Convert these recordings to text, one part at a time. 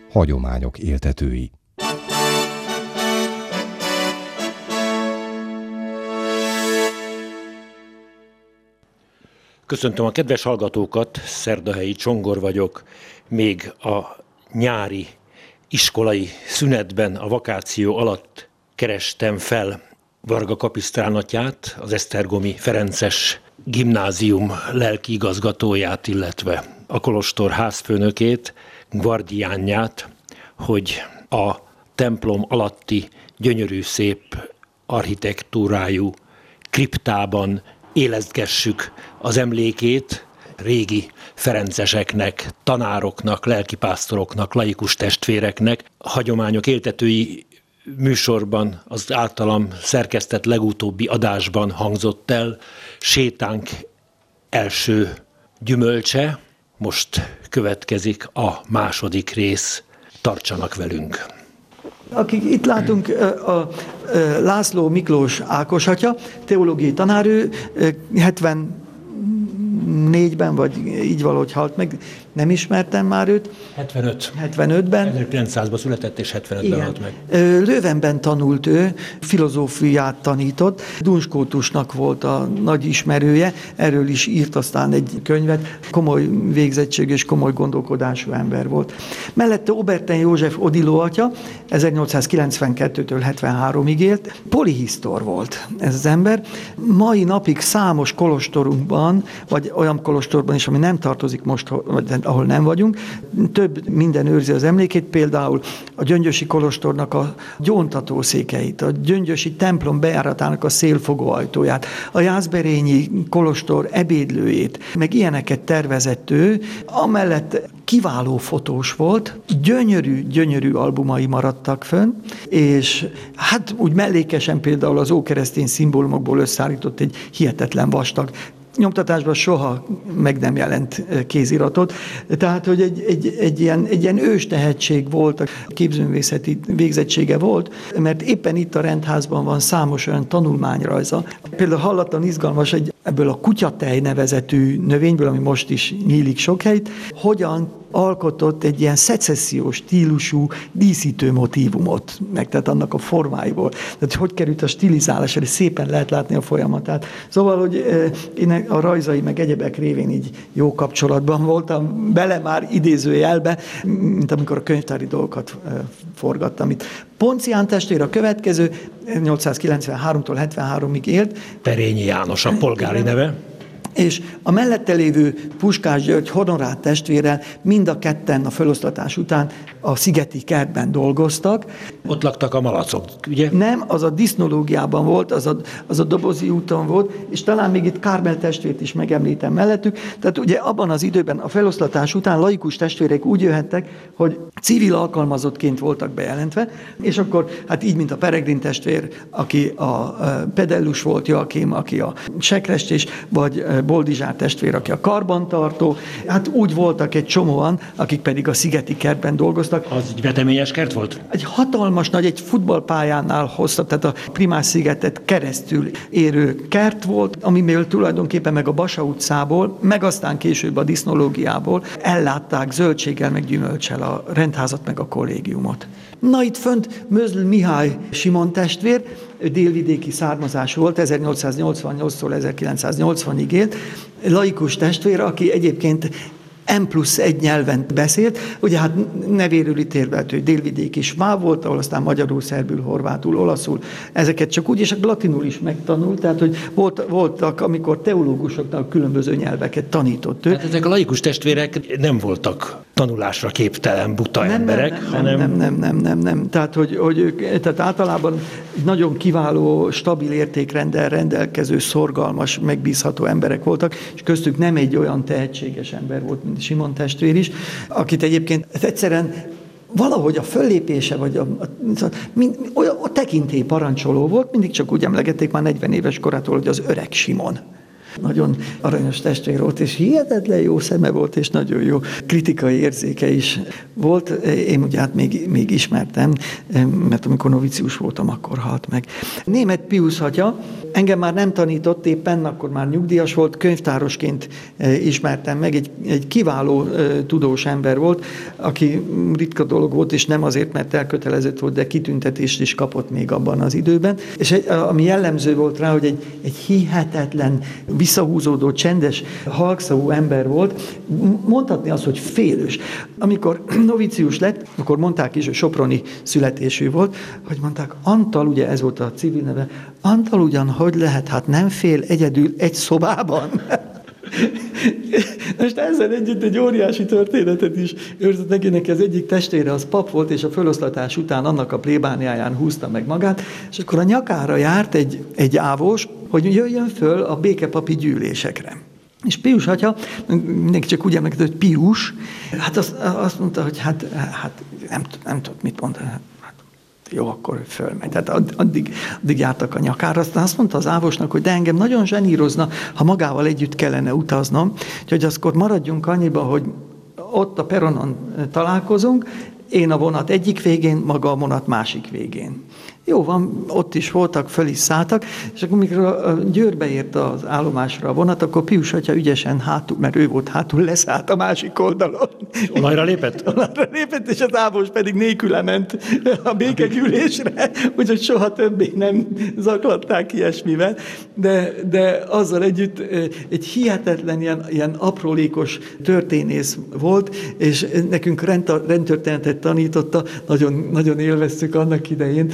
hagyományok éltetői. Köszöntöm a kedves hallgatókat, Szerdahelyi Csongor vagyok. Még a nyári iskolai szünetben, a vakáció alatt kerestem fel Varga Kapisztrán atyát, az Esztergomi Ferences Gimnázium lelkiigazgatóját, illetve a kolostor házfőnökét, Gvardiánját, hogy a templom alatti gyönyörű szép architektúrájú kriptában élesztgessük az emlékét régi ferenceseknek, tanároknak, lelkipásztoroknak, laikus testvéreknek. A hagyományok éltetői műsorban, az általam szerkesztett legutóbbi adásban hangzott el sétánk első gyümölcse. Most következik a második rész. Tartsanak velünk! Akik itt látunk, a László Miklós Ákos atya, teológiai tanár, ő 74-ben, vagy így valahogy halt meg, nem ismertem már őt. 75-ben. 1900-ban született, és 75-ben halt meg. Leuvenben tanult ő, filozófiát tanított. Dunsskótusnak volt a nagy ismerője, erről is írt aztán egy könyvet. Komoly végzettség és komoly gondolkodású ember volt. Mellette Oberten József Odiló atya, 1892-től 73-ig élt. Polihisztor volt ez az ember. Mai napig számos kolostorunkban, vagy olyan kolostorban is, ami nem tartozik most, ahol nem vagyunk, több minden őrzi az emlékét, például a Gyöngyösi kolostornak a gyóntatószékeit, a Gyöngyösi templom bejáratának a szélfogó ajtóját, a Jászberényi kolostor ebédlőjét, meg ilyeneket tervezett ő, amellett kiváló fotós volt, gyönyörű albumai maradtak fönn, és hát úgy mellékesen például az ókeresztény szimbólumokból összeállított egy hihetetlen vastag nyomtatásban soha meg nem jelent kéziratot. Tehát, hogy egy ilyen ős tehetség volt, a képzőművészeti végzettsége volt, mert éppen itt a rendházban van számos olyan tanulmányrajza. Például hallatlan izgalmas, ebből a kutyatej nevezetű növényből, ami most is nyílik sok helyt, hogyan alkotott egy ilyen szecessziós stílusú díszítő motívumot, meg tehát annak a formáiból. Tehát hogy került a stilizálásra, szépen lehet látni a folyamatát. Szóval, hogy én a rajzai meg egyebek révén így jó kapcsolatban voltam, bele már idézőjelbe, mint amikor a könyvtári dolgokat forgattam itt. Poncián testvér a következő, 893-tól 73-ig élt. Perényi János a polgári neve. És a mellette lévő Puskás György honorát testvérrel mind a ketten a felosztatás után a Szigeti Kertben dolgoztak. Ott laktak a malacok, ugye? Nem, az a disznológiában volt, az a Dobozi úton volt, és talán még itt Kármel testvért is megemlítem mellettük. Tehát ugye abban az időben a feloszlatás után laikus testvérek úgy jöhettek, hogy civil alkalmazottként voltak bejelentve, és akkor hát így, mint a Peregrin testvér, aki a Pedellus volt, Joachim, aki a sekrestés, vagy Boldizsár testvér, aki a karbantartó. Hát úgy voltak egy csomóan, akik pedig a Szigeti Kertben dolgoztak. Az egy veteményes kert volt? Egy hatalmas nagy, egy futballpályánál hosszabb, tehát a Primás-szigetet keresztül érő kert volt, amivel tulajdonképpen meg a Basa utcából, meg aztán később a disznológiából ellátták zöldséggel, meg gyümölccsel a rendházat, meg a kollégiumot. Na itt fönt Mözl Mihály Simon testvér, délvidéki származású volt, 1888-tól 1980-ig élt, laikus testvér, aki egyébként M+1 nyelven beszélt, ugye hát nevéről ítélve, hogy délvidéki sváb volt, ahol aztán magyarul, szerbül, horvátul, olaszul, ezeket csak úgy, és latinul is megtanult, tehát hogy voltak, amikor teológusoknak különböző nyelveket tanított ő. Hát ezek a laikus testvérek nem voltak tanulásra képtelen, buta emberek, hanem... Nem. Tehát, tehát általában nagyon kiváló, stabil értékrenddel rendelkező, szorgalmas, megbízható emberek voltak, és köztük nem egy olyan tehetséges ember volt, mint Simon testvér is, akit egyébként egyszerűen valahogy a föllépése, vagy a tekintély parancsoló volt, mindig csak úgy emlegették már 40 éves korától, hogy az öreg Simon. nagyon aranyos testvér volt, és hihetetlen jó szeme volt, és nagyon jó kritikai érzéke is volt. Én ugye hát még ismertem, mert amikor novicius voltam, akkor halt meg. Németh Piusz atya engem már nem tanított éppen, akkor már nyugdíjas volt, könyvtárosként ismertem meg, egy kiváló tudós ember volt, aki ritka dolog volt, és nem azért, mert elkötelezett volt, de kitüntetést is kapott még abban az időben. És ami jellemző volt rá, hogy egy hihetetlen, visszahúzódó, csendes, halkszavú ember volt, mondhatni azt, hogy félős. Amikor novicius lett, akkor mondták is, hogy soproni születésű volt, hogy mondták, Antal, ugye ez volt a civil neve, Antal ugyan hogy lehet, hát nem fél egyedül egy szobában. Most ezzel együtt egy óriási történetet is őrzött neki az egyik testvére, az pap volt, és a föloszlatás után annak a plébániáján húzta meg magát, és akkor a nyakára járt egy ávós, hogy jöjjön föl a békepapi gyűlésekre. És Pius atya, mindenki csak úgy emlékezett, hogy Pius, hát azt mondta, hogy hát nem tudott mit mondani. Jó, akkor fölmegy. Tehát addig jártak a nyakára. Aztán azt mondta az ávosnak, hogy de engem nagyon zsenírozna, ha magával együtt kellene utaznom, úgyhogy akkor maradjunk annyiba, hogy ott a peronon találkozunk, én a vonat egyik végén, maga a vonat másik végén. Jó van, ott is voltak, föl is szálltak, és akkor mikor a Győrbe ért az állomásra a vonat, akkor Pius atya ügyesen hátul, mert ő volt hátul, leszállt a másik oldalon. Olajra lépett? Olajra lépett, és az ávós pedig nélküle ment a békegyűlésre, úgyhogy soha többé nem zaklatták ilyesmivel. De azzal együtt egy hihetetlen ilyen aprólékos történész volt, és nekünk rendtörténetet tanította, nagyon, nagyon élveztük annak idején.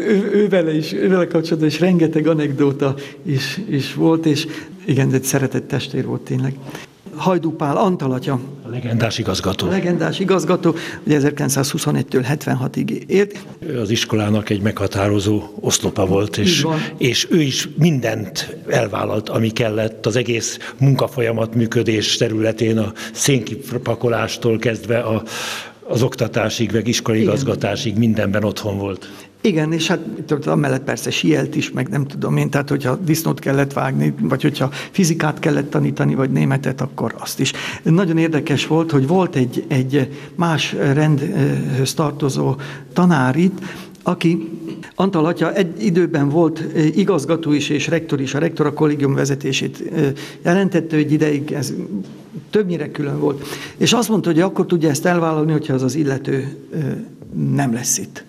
Ővele kapcsolatban is rengeteg anekdóta is volt, és igen, egy szeretett testvér volt tényleg. Hajdú Pál, Antal atya. A legendás igazgató. A legendás igazgató, ugye 1921-től 76-ig élt. Az iskolának egy meghatározó oszlopa volt, és ő is mindent elvállalt, ami kellett az egész munkafolyamat működés területén, a szénkipakolástól kezdve az oktatásig, meg iskolai igazgatásig mindenben otthon volt. Igen, és hát amellett persze sielt is, meg nem tudom én, tehát hogyha disznót kellett vágni, vagy hogyha fizikát kellett tanítani, vagy németet, akkor azt is. Nagyon érdekes volt, hogy volt egy más rendhöz tartozó tanár itt, aki Antal atya egy időben volt igazgató is és rektor is, a rektor a kollégium vezetését jelentette, egy ideig ez többnyire külön volt. És azt mondta, hogy akkor tudja ezt elvállalni, hogyha az illető nem lesz itt.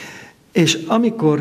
És amikor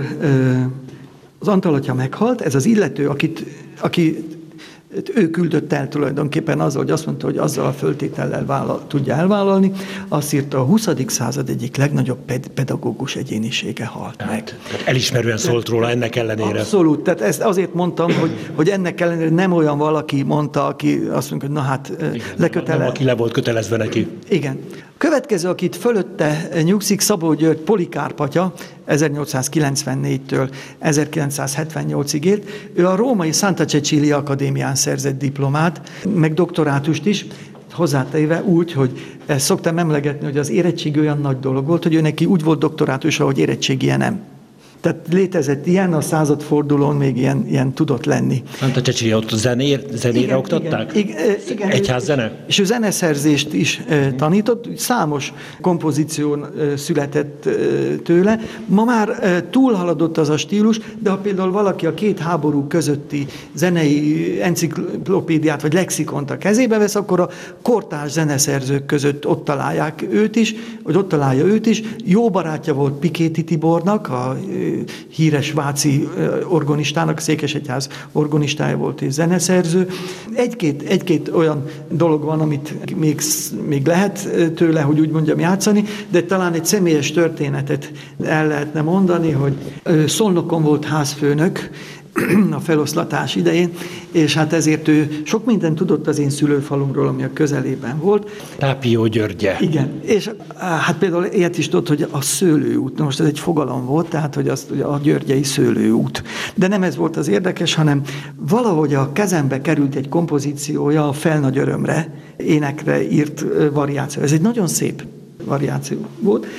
az Antal atya meghalt, ez az illető, aki ő küldött el tulajdonképpen azzal, hogy azt mondta, hogy azzal a föltétellel tudja elvállalni, azt írta, a 20. század egyik legnagyobb pedagógus egyénisége halt meg. Tehát elismerően szólt róla ennek ellenére. Abszolút, tehát ezt azért mondtam, hogy ennek ellenére nem olyan valaki mondta, aki azt mondja, hogy na hát lekötelezve. Nem, aki le volt kötelezve neki. Igen. Következő, akit fölötte nyugszik, Szabó György Polikárp atya, 1894-től 1978-ig élt. Ő a római Santa Cecilia Akadémián szerzett diplomát, meg doktorátust is, hozzátéve úgy, hogy ezt szoktam emlegetni, hogy az érettség olyan nagy dolog volt, hogy ő neki úgy volt doktorátusa, hogy érettségie nem. Tehát létezett ilyen, a századfordulón még ilyen tudott lenni. Santa Cecilia, ott zenére oktatták? Igen. Egyházzene? És ő zeneszerzést is tanított, számos kompozíció született tőle. Ma már túlhaladott az a stílus, de ha például valaki a két háború közötti zenei enciklopédiát vagy lexikont a kezébe vesz, akkor a kortárs zeneszerzők között ott találja őt is. Jó barátja volt Pikéti Tibornak, a híres váci organistának, Székesegyház organistája volt és zeneszerző. Egy-két olyan dolog van, amit még lehet tőle, hogy úgy mondjam, játszani, de talán egy személyes történetet el lehetne mondani, hogy Szolnokon volt házfőnök a feloszlatás idején, és hát ezért ő sok mindent tudott az én szülőfalumról, ami a közelében volt. Tápió Györgye. Igen, és hát például ilyet is tudott, hogy a szőlőút, most ez egy fogalom volt, tehát hogy azt ugye a györgyei szőlőút. De nem ez volt az érdekes, hanem valahogy a kezembe került egy kompozíciója a Fel nagy örömre, énekre írt variáció. Ez egy nagyon szép variáció volt,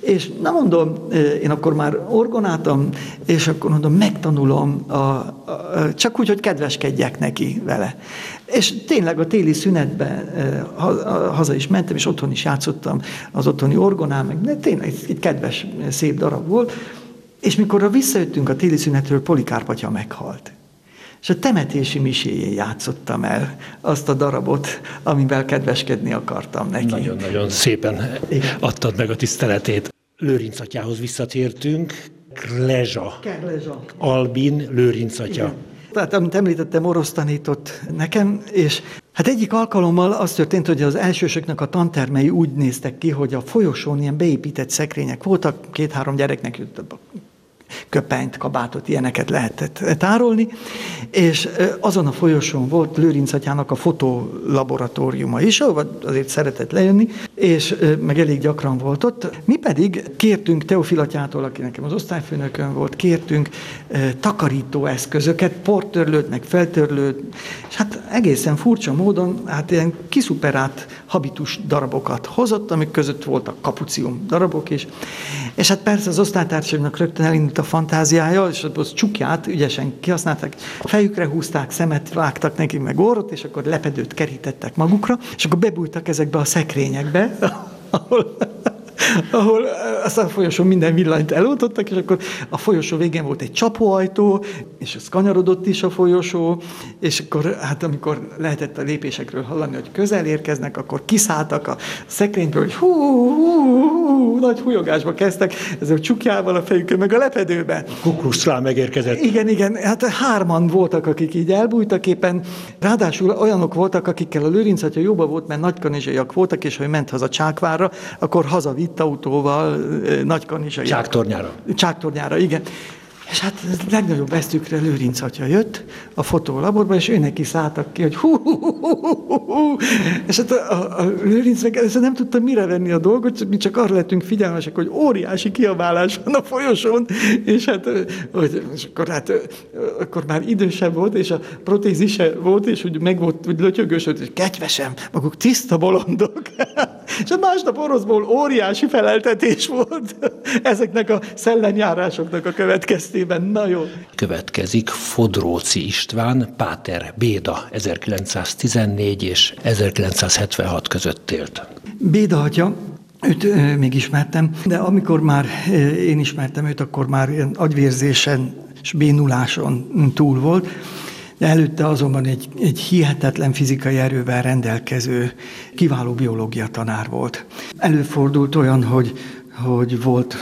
És na mondom, én akkor már orgonáltam, és akkor mondom, megtanulom, csak úgy, hogy kedveskedjek neki vele. És tényleg a téli szünetben haza is mentem, és otthon is játszottam az otthoni orgonán, meg tényleg egy kedves, szép darab volt. És mikor visszajöttünk a téli szünetről, Polikárp atya meghalt. És a temetési miséjén játszottam el azt a darabot, amivel kedveskedni akartam neki. Nagyon-nagyon szépen adtad meg a tiszteletét. Lőrinc atyához visszatértünk. Klezsa. Albin Lőrinc atya. Igen. Tehát, amit említettem, orosz tanított nekem, és hát egyik alkalommal az történt, hogy az elsősöknek a tantermei úgy néztek ki, hogy a folyosón ilyen beépített szekrények voltak, 2-3 gyereknek köpenyt, kabátot, ilyeneket lehetett tárolni, és azon a folyosón volt Lőrinc atyának a fotolaboratóriuma is, ahol azért szeretett lejönni, és meg elég gyakran volt ott. Mi pedig kértünk Teofil atyától, aki nekem az osztályfőnökön volt, kértünk takarítóeszközöket, portörlőt, meg feltörlőt, és hát egészen furcsa módon hát ilyen kiszuperált habitus darabokat hozott, amik között voltak kapucium darabok is, és hát persze az osztálytársaimnak rögtön elindult a fantáziája, és az csukját ügyesen kihasználták, fejükre húzták, szemet vágtak neki, meg orrot, és akkor lepedőt kerítettek magukra, és akkor bebújtak ezekbe a szekrényekbe, ahol aztán a folyosón minden villanyt eloltottak, és akkor a folyosó végén volt egy csapóajtó, és ez kanyarodott is a folyosó, és akkor hát amikor lehetett a lépésekről hallani, hogy közel érkeznek, akkor kiszálltak a szekrényből, hogy nagy hújogásba kezdtek, ezzel a csukjával a fejükön, meg a lepedőben. Ku Klux Klán megérkezett. Igen, hát 3 voltak, akik így elbújtak éppen, ráadásul olyanok voltak, akikkel a Lőrinc atya jóba volt, mert nagykanizsaiak voltak, és ha ő ment haza Csákvárra, akkor hazavitt autóval nagykanizsaiak. Csáktornyára, igen. És hát legnagyobb vesztükre Lőrinc atya jött a fotolaborba, és őnek is szálltak ki, hogy és hát a Lőrinc meg először nem tudta mire venni a dolgot, mi csak arra lettünk figyelmesek, hogy óriási kiabálás van a folyosón, és hát, és akkor már idősebb volt, és a protézise volt, és úgy meg volt, úgy lötyögös, hogy kedvesem, maguk tiszta bolondok. És a másnap oroszból óriási feleltetés volt ezeknek a szellemjárásoknak a következtében. Na jó. Következik Fodróci István, Páter Béda 1914 és 1976 között élt. Béda atya, őt még ismertem, de amikor már én ismertem őt, akkor már ilyen agyvérzésen és bénuláson túl volt. De előtte azonban egy hihetetlen fizikai erővel rendelkező, kiváló biológia tanár volt. Előfordult olyan, hogy volt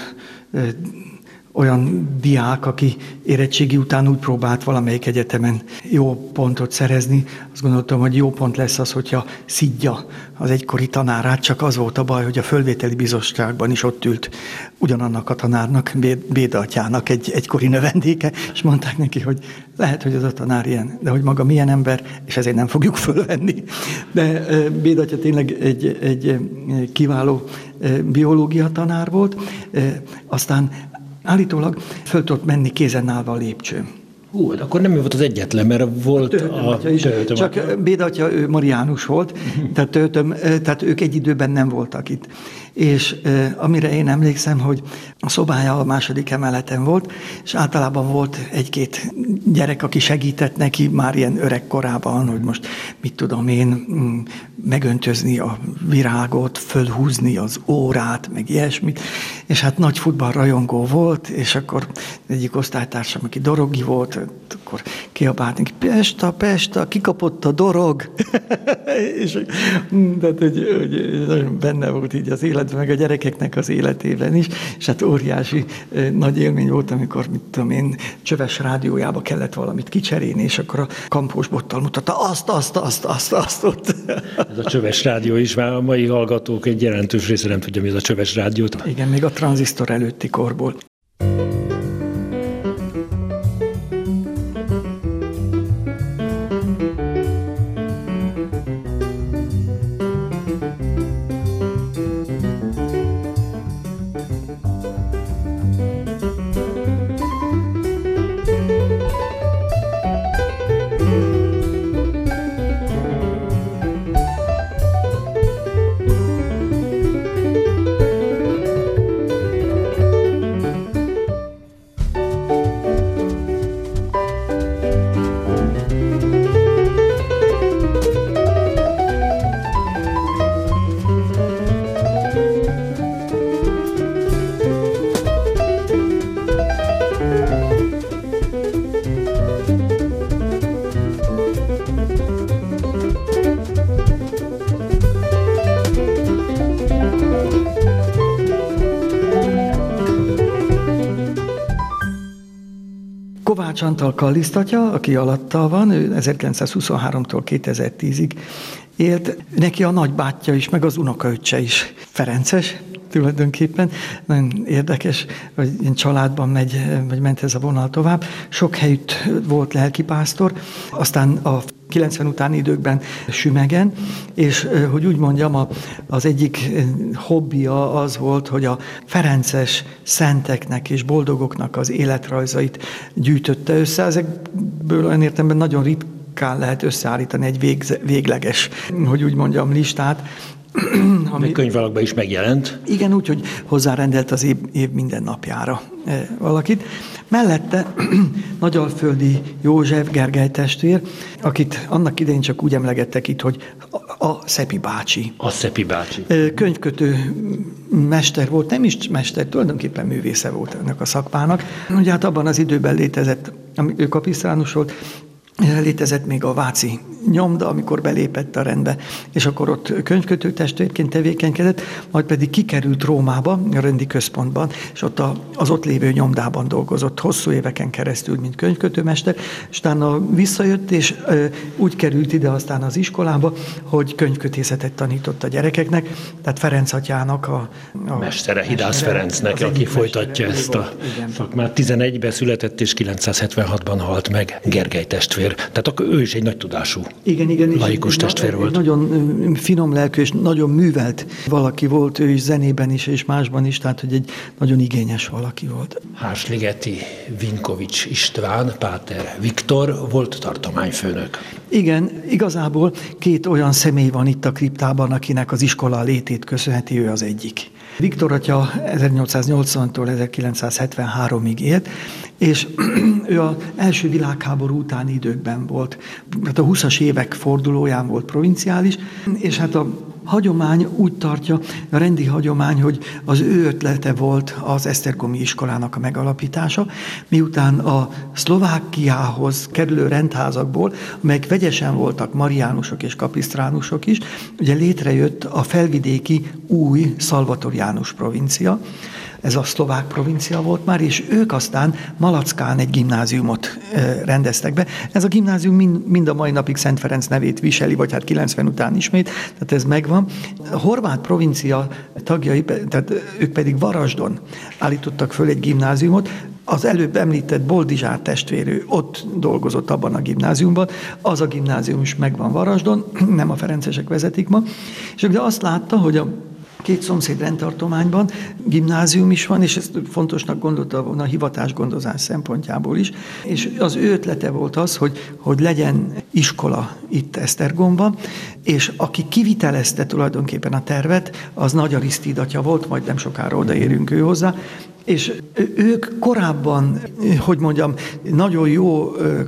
olyan diák, aki érettségi után úgy próbált valamelyik egyetemen jó pontot szerezni. Azt gondoltam, hogy jó pont lesz az, hogyha szidja az egykori tanárát, csak az volt a baj, hogy a fölvételi bizottságban is ott ült ugyanannak a tanárnak, Béda atyának egy egykori növendéke, és mondták neki, hogy lehet, hogy az a tanár ilyen, de hogy maga milyen ember, és ezért nem fogjuk fölvenni. De Béda atya tényleg egy kiváló biológia tanár volt, aztán állítólag föl tudott menni kézen állva a lépcsőn. Akkor nem ő volt az egyetlen, mert volt Töltöm. Csak Béda atya, ő mariánus volt, tehát ők egy időben nem voltak itt. És amire én emlékszem, hogy a szobája a 2. emeleten volt, és általában volt 1-2 gyerek, aki segített neki már ilyen öreg korában, hogy most mit tudom én, megöntözni a virágot, fölhúzni az órát, meg ilyesmit. És hát nagy futballrajongó volt, és akkor egyik osztálytársam, aki dorogi volt, akkor kiabált neki, Pesta, kikapott a dorog. És tehát, hogy nagyon benne volt így az életben, meg a gyerekeknek az életében is, és hát óriási nagy élmény volt, amikor, mit tudom én, Csöves rádiójába kellett valamit kicserélni, és akkor a kampós bottal mutatta azt ott. Ez a Csöves rádió is, már a mai hallgatók egy jelentős része nem tudja, mi ez a Csöves rádiót. Igen, még a tranzisztor előtti korból. Kovács Antal kallisztatja, aki alatta van, ő 1923-tól 2010-ig élt. Neki a nagybátyja is, meg az unokaöccse is ferences tulajdonképpen. Nagyon érdekes, hogy ilyen családban ment ez a vonal tovább. Sok helyütt volt lelkipásztor, aztán a 90 utáni időkben Sümegen, és hogy úgy mondjam, az egyik hobbija az volt, hogy a ferences szenteknek és boldogoknak az életrajzait gyűjtötte össze. Ezekből olyan értelemben nagyon ritkán lehet összeállítani egy végleges, hogy úgy mondjam, listát. Ami könyvalakban is megjelent. Igen, úgy, hogy hozzárendelt az év minden napjára valakit. Mellette Nagyalföldi József Gergely testvér, akit annak idején csak úgy emlegettek itt, hogy a Szepi bácsi. A Szepi bácsi. Könyvkötő mester volt, nem is mester, tulajdonképpen művésze volt ennek a szakmának. Ugye hát abban az időben létezett, ő kapisztránus volt, létezett még a váci nyomda, amikor belépett a rendbe, és akkor ott könyvkötő testvérként tevékenykedett, majd pedig kikerült Rómába, a rendi központban, és ott az ott lévő nyomdában dolgozott hosszú éveken keresztül, mint könyvkötőmester, és utána visszajött, és úgy került ide aztán az iskolába, hogy könyvkötészetet tanított a gyerekeknek, tehát Ferenc atyának a mestere, Hidász Ferencnek, aki folytatja ezt a szakmát. 11-ben született, és 976-ban halt meg Gergely testvér. Tehát akkor ő is egy nagy tudású laikus testvér volt. Nagyon finom lelkű és nagyon művelt valaki volt, ő is zenében is és másban is, tehát hogy egy nagyon igényes valaki volt. Hársligeti Vinkovics István, páter Viktor volt tartományfőnök. Igen, igazából két olyan személy van itt a kriptában, akinek az iskola létét köszönheti, ő az egyik. Viktor atya 1880-tól 1973-ig élt, és ő az első világháború utáni időkben volt. Hát a 20-as évek fordulóján volt provinciális, és hát a hagyomány úgy tartja, a rendi hagyomány, hogy az ő ötlete volt az esztergomi iskolának a megalapítása, miután a Szlovákiához kerülő rendházakból, amelyek vegyesen voltak mariánusok és kapisztránusok is, ugye létrejött a felvidéki új szalvatoriánus provincia. Ez a szlovák provincia volt már, és ők aztán Malackán egy gimnáziumot rendeztek be. Ez a gimnázium mind a mai napig Szent Ferenc nevét viseli, vagy hát 90 után ismét, tehát ez megvan. A horvát provincia tagjai, tehát ők pedig Varasdon állítottak föl egy gimnáziumot. Az előbb említett Boldizsár testvérő ott dolgozott abban a gimnáziumban, az a gimnázium is megvan Varasdon, nem a ferencesek vezetik ma, és ugye azt látta, hogy a két szomszéd rendtartományban gimnázium is van, és ezt fontosnak gondolta volna a hivatásgondozás szempontjából is, és az ő ötlete volt az, hogy legyen iskola itt Esztergomban, és aki kivitelezte tulajdonképpen a tervet, az Nagy Arisztid atya volt, majd nem sokára odaérünk ő hozzá, és ők korábban, hogy mondjam, nagyon jó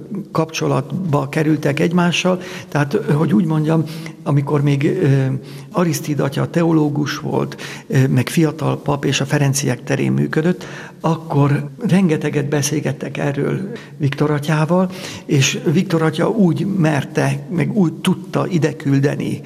kapcsolatba kerültek egymással, tehát, hogy úgy mondjam, amikor még Arisztid atya teológus volt, meg fiatal pap és a ferenciek terén működött, akkor rengeteget beszélgettek erről Viktor atyával, és Viktor atya úgy merte, meg úgy tudta ide küldeni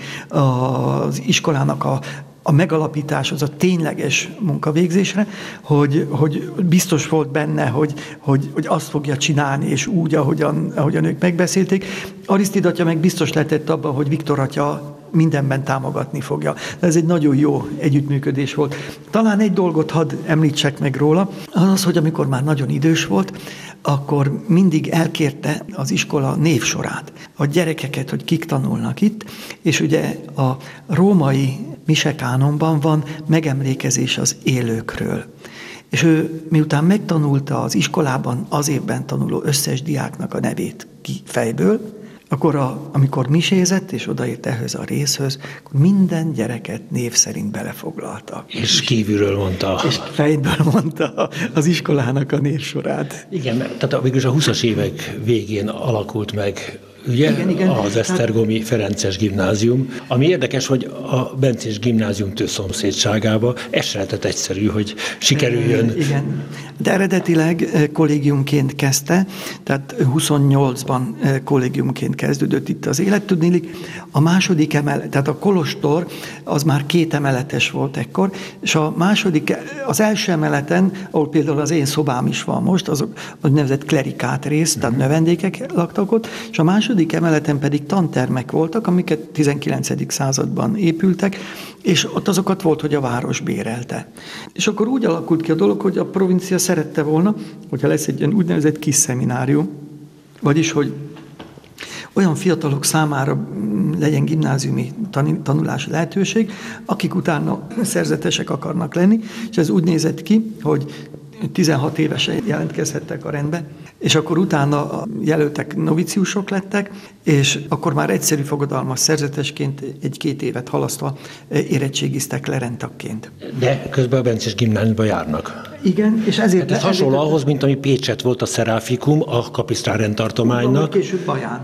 az iskolának a megalapítás, az a tényleges munkavégzésre, hogy biztos volt benne, hogy azt fogja csinálni, és úgy, ahogyan ők megbeszélték. Arisztid atya meg biztos lehetett abban, hogy Viktor atya mindenben támogatni fogja. De ez egy nagyon jó együttműködés volt. Talán egy dolgot hadd említsek meg róla, az, hogy amikor már nagyon idős volt, akkor mindig elkérte az iskola névsorát, a gyerekeket, hogy kik tanulnak itt, és ugye a római misekánonban van megemlékezés az élőkről. És ő miután megtanulta az iskolában az évben tanuló összes diáknak a nevét ki fejből, akkor amikor misézett, és odaért ehhez a részhöz, akkor minden gyereket név szerint belefoglalta. És kívülről mondta. És fejből mondta az iskolának a névsorát. Igen, tehát végülis a 20-as évek végén alakult meg ugye? Igen. Az Esztergomi Ferences Gimnázium. Ami érdekes, hogy a Bencés Gimnáziumtól szomszédságába ez se lehetett egyszerű, hogy sikerüljön. Igen, de eredetileg kollégiumként kezdte, tehát 28-ban kollégiumként kezdődött itt az élet. Tudniillik, a második emelet, tehát a kolostor az már 2 emeletes volt ekkor, és az első emeleten, ahol például az én szobám is van most, azok úgynevezett klerikát rész, tehát növendékek laktak ott, és a második emeleten pedig tantermek voltak, amiket 19. században épültek, és ott azokat volt, hogy a város bérelte. És akkor úgy alakult ki a dolog, hogy a provincia szerette volna, hogyha lesz egy ilyen úgynevezett kis szeminárium, vagyis, hogy olyan fiatalok számára legyen gimnáziumi tanulási lehetőség, akik utána szerzetesek akarnak lenni, és ez úgy nézett ki, hogy 16 évesen jelentkezhettek a rendbe, és akkor utána a jelöltek noviciusok lettek, és akkor már egyszerű fogadalmas szerzetesként 1-2 évet halasztva érettségiztek le rendtagként. De közben a Bencés Gimnáziumban járnak. Igen, és ezért... Ez hasonló ahhoz, mint ami Pécset volt a Szeráfikum, a kapisztrán rendtartománynak. Később Baján.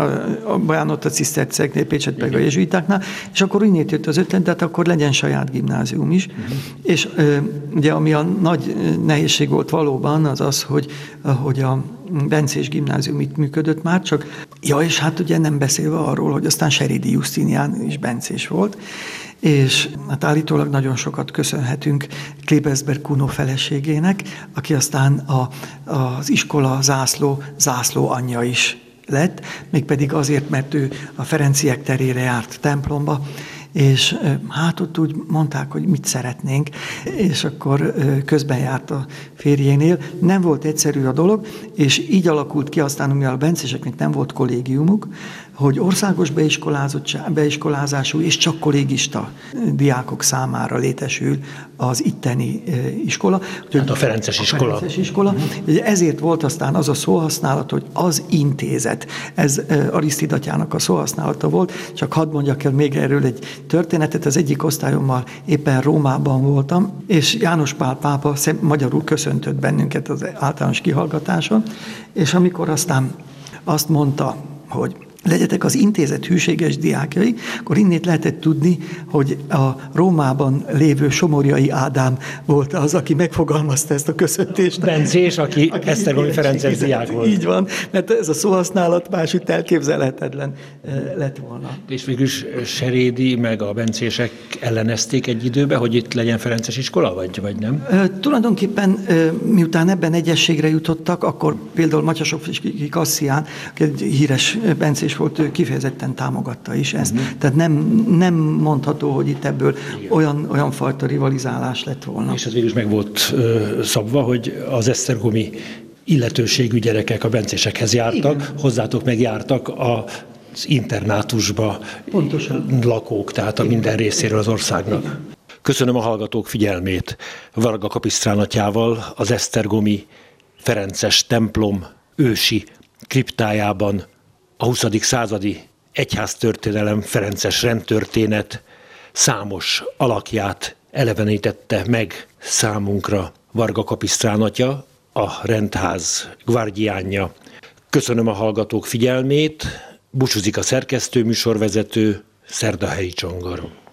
A Baján ott a ciszterceknél, Pécset meg a jezsuitáknál, és akkor innét jött az ötlet, tehát akkor legyen saját gimnázium is. És ugye ami a nagy nehézség volt valóban, az az, hogy a Bencés Gimnázium itt működött már, csak és hát ugye nem beszélve arról, hogy aztán Seredi Justinian is bencés volt, és hát állítólag nagyon sokat köszönhetünk Klebelsberg Kuno feleségének, aki aztán az iskola zászló anyja is lett, mégpedig azért, mert ő a Ferenciek terére járt templomba, és hát ott úgy mondták, hogy mit szeretnénk, és akkor közben járt a férjénél. Nem volt egyszerű a dolog, és így alakult ki aztán, mivel a bencéseknek nem volt kollégiumuk, hogy országos beiskolázású és csak kollégista diákok számára létesül az itteni iskola. Hát a Ferences iskola. A Ferences iskola. Ezért volt aztán az a szóhasználat, hogy az intézet. Ez Arisztidatyának a szóhasználata volt, csak hadd mondjak el még erről egy történetet. Az egyik osztályommal éppen Rómában voltam, és János Pál pápa magyarul köszöntött bennünket az általános kihallgatáson, és amikor aztán azt mondta, hogy legyetek az intézet hűséges diákjai, akkor innét lehetett tudni, hogy a Rómában lévő Somorjai Ádám volt az, aki megfogalmazta ezt a köszöntést. Bencés, aki Esztergomi Ferences diák volt. Így van, mert ez a szóhasználat másütt elképzelhetetlen lett volna. És végülis Serédi meg a bencések ellenezték egy időben, hogy itt legyen ferences iskola, vagy nem? Tulajdonképpen miután ebben egyességre jutottak, akkor például Matyasov Kasszián, egy híres bencés volt, ő kifejezetten támogatta is ezt. Tehát nem mondható, hogy itt ebből olyan fajta rivalizálás lett volna. És ez végül is meg volt szabva, hogy az esztergomi illetőségű gyerekek a bencésekhez jártak, igen. Hozzátok meg jártak az internátusba pontosan lakók, tehát a minden részéről az országnak. Igen. Köszönöm a hallgatók figyelmét. Varga kapisztránatyával az esztergomi ferences templom ősi kriptájában a 20. századi egyháztörténelem, ferences rendtörténet számos alakját elevenítette meg számunkra Varga kapisztránatya, a rendház gvárdiánja. Köszönöm a hallgatók figyelmét, búcsúzik a szerkesztő, műsorvezető, Szerdahelyi Csongor.